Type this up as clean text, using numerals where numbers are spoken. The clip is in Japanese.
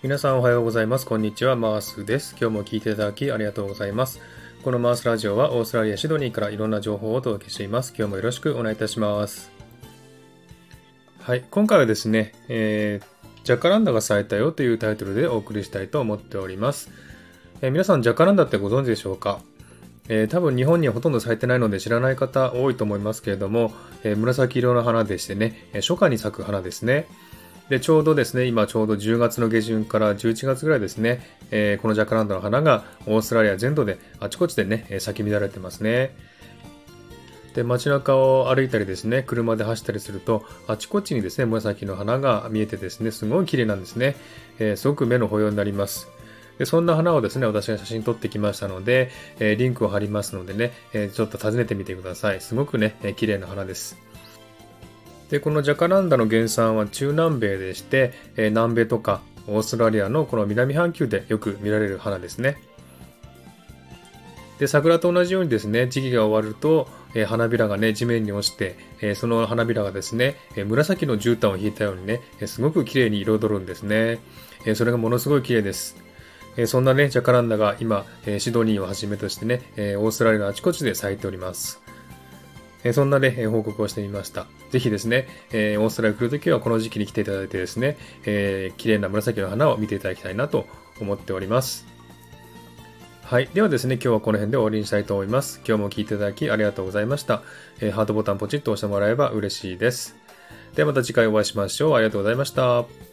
皆さんおはようございます。こんにちは。マースです。今日も聞いていただきありがとうございます。このマースラジオはオーストラリア・シドニーからいろんな情報をお届けしています。今日もよろしくお願いいたします。はい。今回はですね、ジャカランダが咲いたよというタイトルでお送りしたいと思っております。皆さんジャカランダってご存知でしょうか？多分日本にはほとんど咲いてないので知らない方多いと思いますけれども、紫色の花でしてね、初夏に咲く花ですね。で、ちょうどですね、今ちょうど10月の下旬から11月ぐらいですね、このジャカランダの花がオーストラリア全土であちこちでね、咲き乱れてますね。で、街中を歩いたりですね、車で走ったりすると、あちこちにですね、紫の花が見えてですね、すごい綺麗なんですね。すごく目の保養になります。で、そんな花をですね、私が写真撮ってきましたので、リンクを貼りますのでね、ちょっと訪ねてみてください。すごくね、綺麗な花です。で、このジャカランダの原産は中南米でして、南米とかオーストラリアのこの南半球でよく見られる花ですね。で、桜と同じようにですね、時期が終わると、花びらがね、地面に落ちて、その花びらがですね、紫の絨毯を引いたようにね、すごく綺麗に彩るんですね。それがものすごい綺麗です。そんなね、ジャカランダが今、シドニーをはじめとしてね、オーストラリアのあちこちで咲いております。そんなね、報告をしてみました。ぜひですね、オーストラリア来るときはこの時期に来ていただいてですね、綺麗な紫の花を見ていただきたいなと思っております。はい。ではですね、今日はこの辺で終わりにしたいと思います。今日も聞いていただきありがとうございました。ハートボタンポチッと押してもらえば嬉しいです。ではまた次回お会いしましょう。ありがとうございました。